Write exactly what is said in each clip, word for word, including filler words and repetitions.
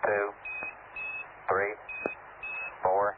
two, three, four.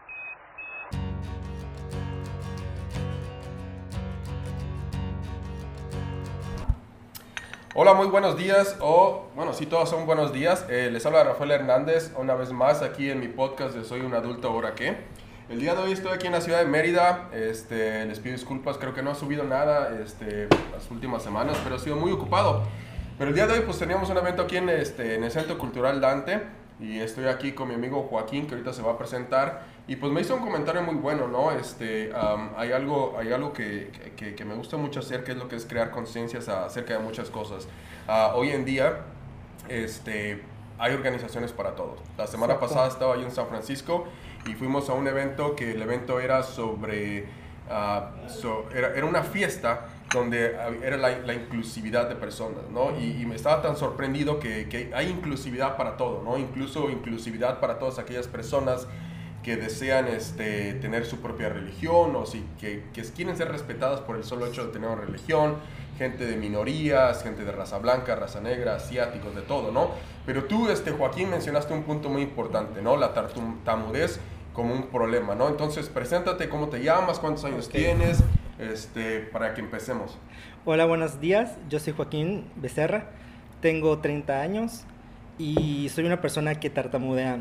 Hola, muy buenos días, o bueno, sí, todos son buenos días. Eh, les habla Rafael Hernández una vez más aquí en mi podcast de Soy un adulto, ¿ahora qué? El día de hoy estoy aquí en la ciudad de Mérida. Este, les pido disculpas, creo que no he subido nada este, las últimas semanas, pero he sido muy ocupado. Pero el día de hoy pues teníamos un evento aquí en, este, en el Centro Cultural Dante y estoy aquí con mi amigo Joaquín, que ahorita se va a presentar, y pues me hizo un comentario muy bueno, ¿no? Este, um, hay algo, hay algo que, que, que me gusta mucho hacer, que es lo que es crear conciencias acerca de muchas cosas. Uh, hoy en día este, hay organizaciones para todo. La semana Exacto. pasada estaba yo en San Francisco y fuimos a un evento que el evento era sobre, uh, so, era, era una fiesta donde era la, la inclusividad de personas, ¿no? Y, y me estaba tan sorprendido que, que hay inclusividad para todo, ¿no? Incluso inclusividad para todas aquellas personas que desean este, tener su propia religión o si, que, que quieren ser respetadas por el solo hecho de tener una religión, gente de minorías, gente de raza blanca, raza negra, asiáticos, de todo, ¿no? Pero tú, este, Joaquín, mencionaste un punto muy importante, ¿no? La tartamudez como un problema, ¿no? Entonces, preséntate, ¿cómo te llamas? ¿Cuántos años Okay. tienes? Este, para que empecemos. Hola, buenos días. Yo soy Joaquín Becerra, tengo treinta años y soy una persona que tartamudea.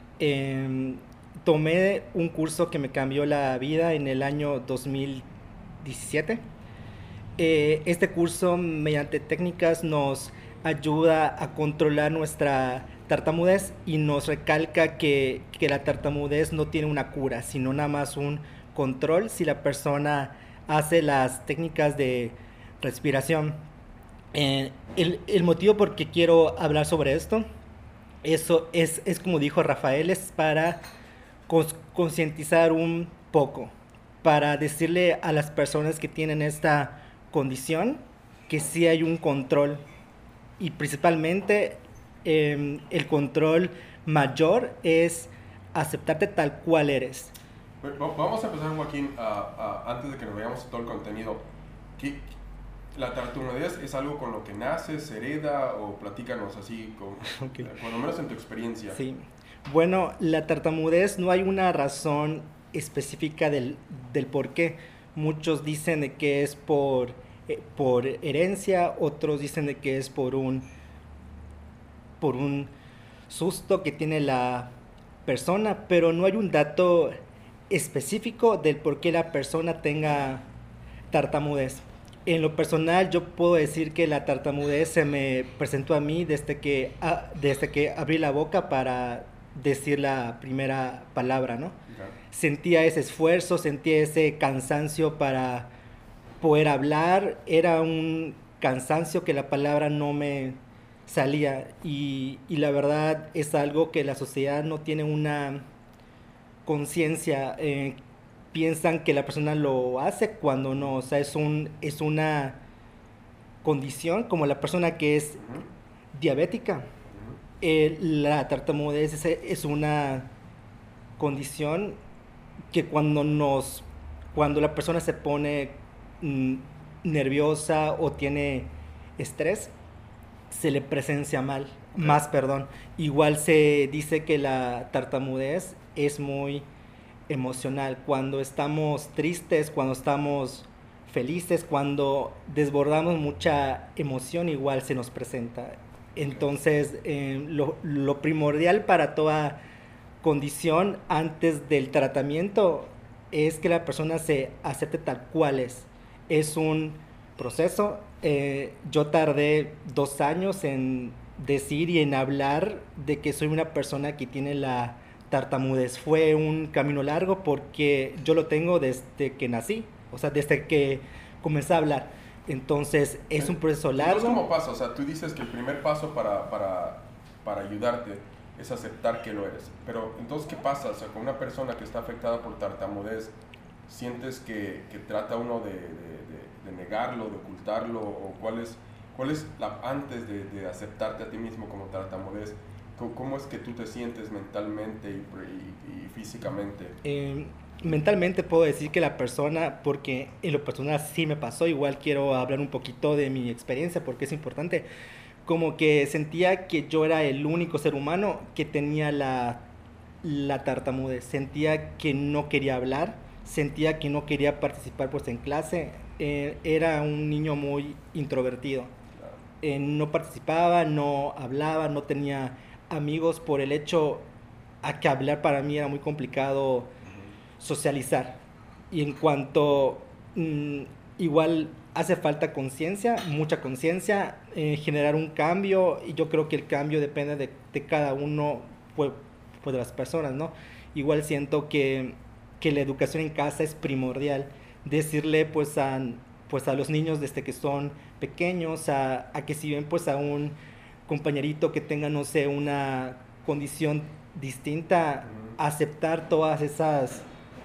Eh, tomé un curso que me cambió la vida en el año dos mil diecisiete. Eh, este curso, mediante técnicas, nos ayuda a controlar nuestra tartamudez y nos recalca que, que la tartamudez no tiene una cura, sino nada más un control si la persona hace las técnicas de respiración. Eh, el, el motivo por qué quiero hablar sobre esto, eso es, es como dijo Rafael, es para cons- concientizar un poco, para decirle a las personas que tienen esta condición que sí hay un control y principalmente eh, el control mayor es aceptarte tal cual eres. Vamos a empezar, Joaquín, uh, uh, antes de que nos vayamos a todo el contenido. ¿Qué, ¿La tartamudez es algo con lo que naces, se hereda o platícanos así, con, Okay. por lo menos en tu experiencia? Sí. Bueno, la tartamudez no hay una razón específica del, del por qué. Muchos dicen de que es por, eh, por herencia, otros dicen de que es por un, por un susto que tiene la persona, pero no hay un dato específico del por qué la persona tenga tartamudez. En lo personal, yo puedo decir que la tartamudez se me presentó a mí desde que, ah, desde que abrí la boca para decir la primera palabra, ¿no? Okay. Sentía ese esfuerzo, sentía ese cansancio para poder hablar. Era un cansancio que la palabra no me salía. Y, y la verdad es algo que la sociedad no tiene una conciencia. Eh, piensan que la persona lo hace cuando no, o sea, es, un, es una condición como la persona que es uh-huh. diabética. Uh-huh. Eh, la tartamudez es, es una condición que cuando nos, cuando la persona se pone mm, nerviosa o tiene estrés, se le presencia mal, okay. más perdón. Igual se dice que la tartamudez es muy emocional, cuando estamos tristes, cuando estamos felices, cuando desbordamos mucha emoción, igual se nos presenta. Entonces, eh, lo, lo primordial para toda condición antes del tratamiento es que la persona se acepte tal cual es. Es un proceso. Eh, yo tardé dos años en decir y en hablar de que soy una persona que tiene la tartamudez. Fue un camino largo porque yo lo tengo desde que nací, o sea, desde que comencé a hablar. Entonces, es un proceso largo. Entonces, ¿cómo pasa? O sea, tú dices que el primer paso para, para, para ayudarte es aceptar que lo eres. Pero, entonces, ¿qué pasa? O sea, con una persona que está afectada por tartamudez, ¿sientes que, que trata uno de, de, de, de negarlo, de ocultarlo? ¿O cuál es, cuál es la, antes de, de aceptarte a ti mismo como tartamudez? ¿Cómo es que tú te sientes mentalmente y, y, y físicamente? Eh, mentalmente puedo decir que la persona, porque en lo personal sí me pasó, igual quiero hablar un poquito de mi experiencia porque es importante. como que sentía que yo era el único ser humano que tenía la, la tartamudez. Sentía que no quería hablar, sentía que no quería participar pues en clase. Eh, era un niño muy introvertido. Eh, no participaba, no hablaba, no tenía amigos por el hecho a que hablar para mí era muy complicado socializar. Y en cuanto mmm, igual hace falta conciencia, mucha conciencia, eh, generar un cambio, y yo creo que el cambio depende de, de cada uno, pues, pues de las personas, ¿no? Igual siento que, que la educación en casa es primordial, decirle pues a, pues a los niños desde que son pequeños, a, a que si ven pues a un compañerito que tenga, no sé, una condición distinta, aceptar todas esas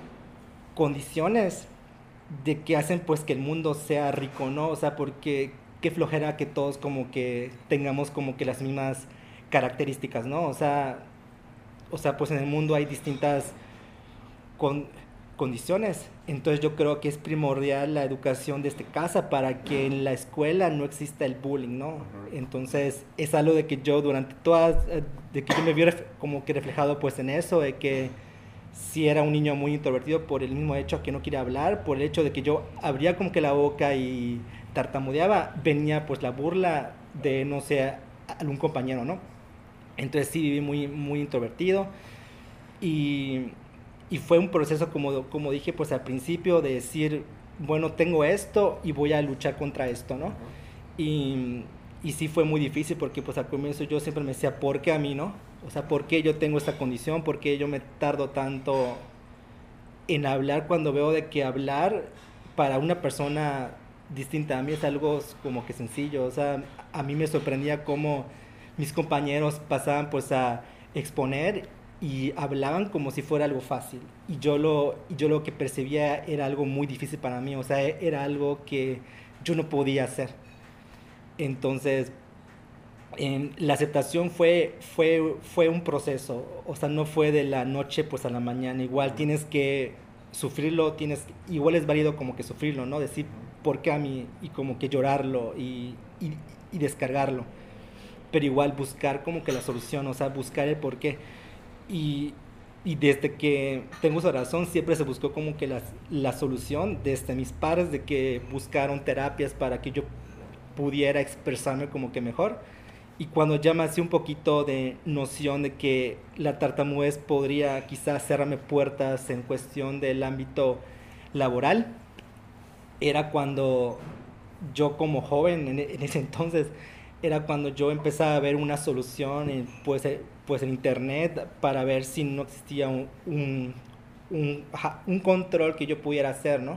condiciones de que hacen pues que el mundo sea rico, ¿no? O sea, porque qué flojera que todos como que tengamos como que las mismas características, ¿no? O sea, o sea pues en el mundo hay distintas con, condiciones. Entonces yo creo que es primordial la educación desde casa para que en la escuela no exista el bullying, ¿no? Uh-huh. Entonces es algo de que yo durante todas, de que yo me vi ref, como que reflejado pues en eso, de que si era un niño muy introvertido por el mismo hecho que no quería hablar, por el hecho de que yo abría como que la boca y tartamudeaba, venía pues la burla de, no sé, algún compañero, ¿no? Entonces sí viví muy, muy introvertido y, y fue un proceso, como, como dije pues al principio, de decir, bueno, tengo esto y voy a luchar contra esto, ¿no? Uh-huh. Y, y sí fue muy difícil porque pues al comienzo yo siempre me decía, ¿por qué a mí, no? O sea, ¿por qué yo tengo esta condición? ¿Por qué yo me tardo tanto en hablar cuando veo de que hablar para una persona distinta a mí es algo como que sencillo? O sea, a mí me sorprendía cómo mis compañeros pasaban pues a exponer y hablaban como si fuera algo fácil. Y yo lo, yo lo que percibía era algo muy difícil para mí. O sea, era algo que yo no podía hacer. Entonces, Eh, la aceptación fue, fue, fue un proceso, o sea, no fue de la noche pues a la mañana. Igual tienes que sufrirlo, tienes, igual es válido como que sufrirlo, ¿no? Decir por qué a mí y como que llorarlo y, y, y descargarlo, pero igual buscar como que la solución, o sea, buscar el por qué. Y, y desde que tengo esa razón siempre se buscó como que la, la solución desde mis padres, de que buscaron terapias para que yo pudiera expresarme como que mejor. Y cuando ya me hacía un poquito de noción de que la tartamudez podría quizás cerrarme puertas en cuestión del ámbito laboral, era cuando yo como joven, en, en ese entonces, era cuando yo empezaba a ver una solución en, pues, pues en internet para ver si no existía un, un, un, un control que yo pudiera hacer, ¿no?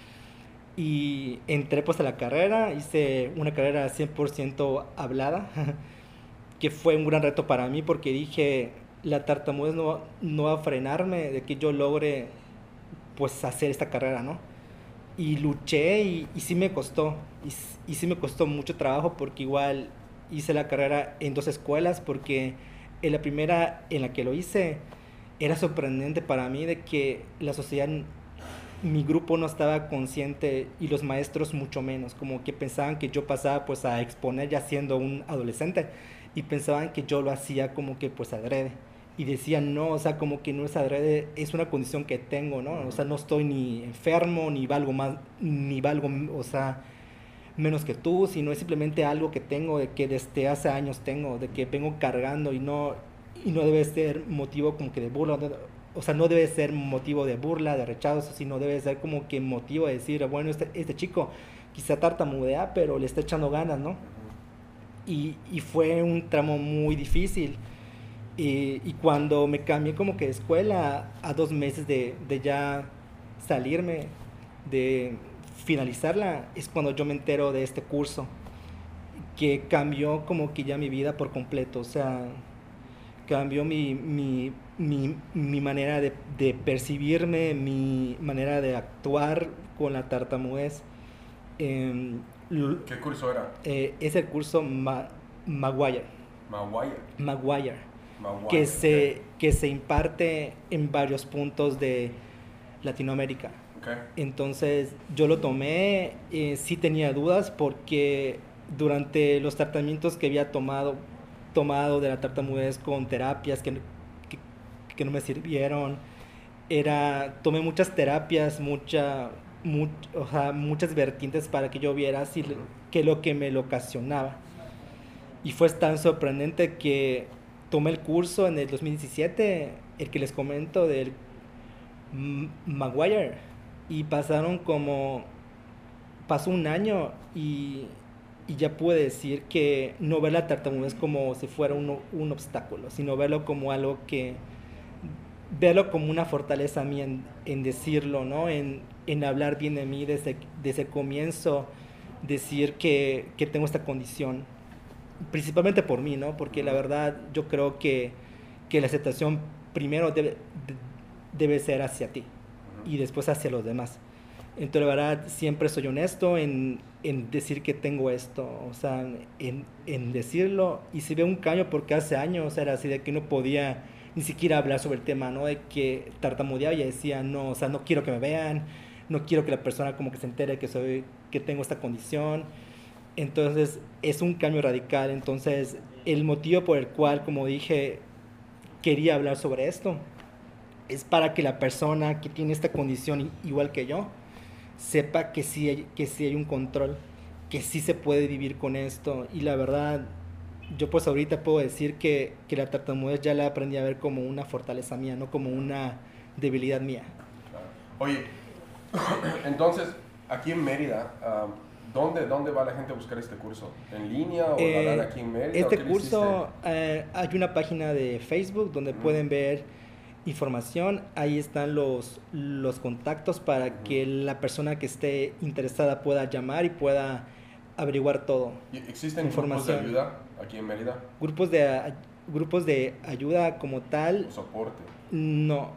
Y entré pues a la carrera, hice una carrera cien por ciento hablada, que fue un gran reto para mí porque dije, la tartamudez no, no va a frenarme de que yo logre pues hacer esta carrera, ¿no? Y luché y, y sí me costó, y, y sí me costó mucho trabajo porque igual hice la carrera en dos escuelas, porque en la primera en la que lo hice era sorprendente para mí de que la sociedad, mi grupo no estaba consciente y los maestros mucho menos, como que pensaban que yo pasaba pues a exponer ya siendo un adolescente y pensaban que yo lo hacía como que pues adrede y decían no, o sea, como que no es adrede, es una condición que tengo, ¿no? O sea, no estoy ni enfermo, ni valgo más, ni valgo, o sea, menos que tú, sino es simplemente algo que tengo, de que desde hace años tengo, de que vengo cargando y no, y no debe ser motivo como que de burla, o sea, no debe ser motivo de burla, de rechazo, sino debe ser como que motivo de decir, bueno, este, este chico quizá tartamudea, pero le está echando ganas, ¿no? Y, y fue un tramo muy difícil. Y, y cuando me cambié como que de escuela, a dos meses de, de ya salirme, de finalizarla, es cuando yo me entero de este curso, que cambió como que ya mi vida por completo. O sea, cambió mi, mi, mi, mi manera de, de percibirme, mi manera de actuar con la tartamudez. Eh, ¿Qué curso era? Eh, es el curso Ma Maguire. Maguire. Maguire. Maguire. Que se, okay. que se imparte en varios puntos de Latinoamérica. Okay. Entonces yo lo tomé, eh, sí tenía dudas porque durante los tratamientos que había tomado, tomado de la tartamudez con terapias que, que, que no me sirvieron, era, tomé muchas terapias, mucha, much, o sea, muchas vertientes para que yo viera si, qué es lo que me lo ocasionaba. Y fue tan sorprendente que tomé el curso en el dos mil diecisiete, el que les comento del Maguire, y pasaron como, pasó un año y, y ya pude decir que no ver la tartamudez como si fuera un, un obstáculo, sino verlo como algo que, verlo como una fortaleza mía en, en decirlo, ¿no? En, en hablar bien de mí desde, desde el comienzo, decir que, que tengo esta condición, principalmente por mí, ¿no? Porque la verdad yo creo que, que la aceptación primero debe, debe ser hacia ti y después hacia los demás. Entonces la verdad siempre soy honesto en, en decir que tengo esto, o sea, en, en decirlo, y si veo un cambio porque hace años era así de que no podía ni siquiera hablar sobre el tema, ¿no? De que tartamudeaba y decía, no, o sea, no quiero que me vean, no quiero que la persona como que se entere que soy, que tengo esta condición. Entonces es un cambio radical. Entonces el motivo por el cual, como dije, quería hablar sobre esto es para que la persona que tiene esta condición igual que yo sepa que sí hay, que sí hay un control, que sí se puede vivir con esto. Y la verdad, yo pues ahorita puedo decir que, que la tartamudez ya la aprendí a ver como una fortaleza mía, no como una debilidad mía. Claro. Oye, entonces, aquí en Mérida, um, ¿dónde, ¿dónde va la gente a buscar este curso? ¿En línea o Eh, la dan aquí en Mérida? Este curso, eh, hay una página de Facebook donde Mm. pueden ver información. Ahí están los, los contactos para Mm. que la persona que esté interesada pueda llamar y pueda averiguar todo. ¿Y ¿Existen grupos de Información. ayuda aquí en Mérida? Grupos de, grupos de ayuda como tal, ¿O soporte? no,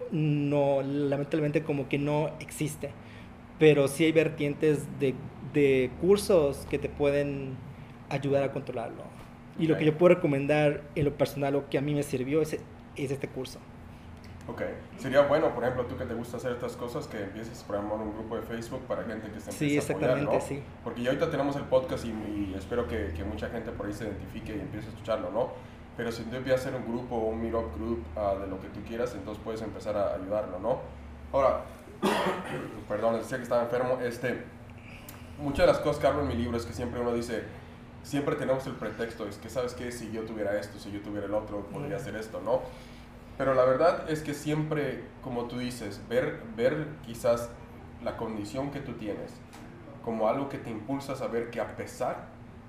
no, lamentablemente como que no existe. Pero sí hay vertientes de, de cursos que te pueden ayudar a controlarlo. Y Ok. lo que yo puedo recomendar en lo personal, lo que a mí me sirvió es, es este curso. Ok. Sería bueno, por ejemplo, tú que te gusta hacer estas cosas, que empieces por ejemplo un grupo de Facebook para gente que se Sí, empiece a apoyar, exactamente, ¿no? sí. Porque ya ahorita tenemos el podcast y, y espero que, que mucha gente por ahí se identifique y empiece a escucharlo, ¿no? Pero si tú empiezas a hacer un grupo o un meetup group uh, de lo que tú quieras, entonces puedes empezar a ayudarlo, ¿no? Ahora, perdón, les decía que estaba enfermo. Este, muchas de las cosas que hablo en mi libro es que siempre uno dice, siempre tenemos el pretexto, es que sabes qué, si yo tuviera esto, si yo tuviera el otro, podría hacer esto, ¿no? Pero la verdad es que siempre, como tú dices, ver, ver quizás la condición que tú tienes como algo que te impulsa a saber que a pesar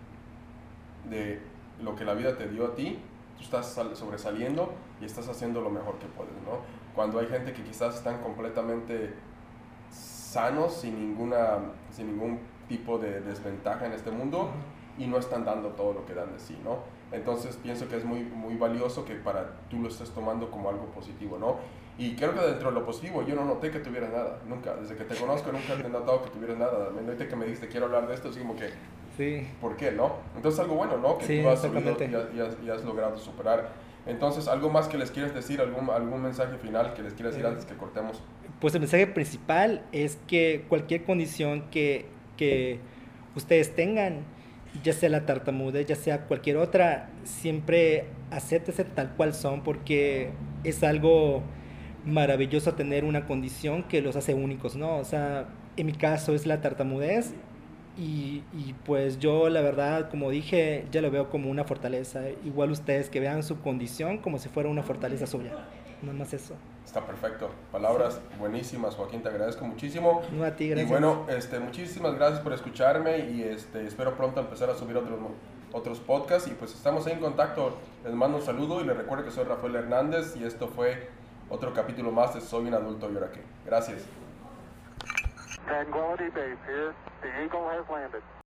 de lo que la vida te dio a ti, tú estás sobresaliendo y estás haciendo lo mejor que puedes, ¿no? Cuando hay gente que quizás están completamente sanos, sin, ninguna, sin ningún tipo de desventaja en este mundo y no están dando todo lo que dan de sí, ¿no? Entonces pienso que es muy, muy valioso que para tú lo estés tomando como algo positivo, ¿no? Y creo que dentro de lo positivo yo no noté que tuvieras nada, nunca, desde que te conozco nunca te he notado que tuvieras nada. Ahorita que me dijiste quiero hablar de esto, así como que, Sí. ¿por qué, no? Entonces algo bueno, ¿no? Que Sí, tú has subido exactamente. y has, y, has, y has logrado superar. Entonces, ¿algo más que les quieres decir? ¿Algún, algún mensaje final que les quieras decir Eh, antes que cortemos? Pues el mensaje principal es que cualquier condición que, que ustedes tengan, ya sea la tartamudez, ya sea cualquier otra, siempre acéptese tal cual son, porque es algo maravilloso tener una condición que los hace únicos, ¿no? O sea, en mi caso es la tartamudez y, y pues yo la verdad, como dije, ya lo veo como una fortaleza. Igual ustedes que vean su condición como si fuera una fortaleza suya. Nada más eso. Está perfecto. Palabras buenísimas, Joaquín, te agradezco muchísimo. No, a ti, gracias. Y bueno, este, muchísimas gracias por escucharme y este, espero pronto empezar a subir otros, otros podcasts y pues estamos ahí en contacto. Les mando un saludo y les recuerdo que soy Rafael Hernández y esto fue otro capítulo más de Soy un adulto y ahora qué. Gracias. Tranquility Base here. The Eagle has landed.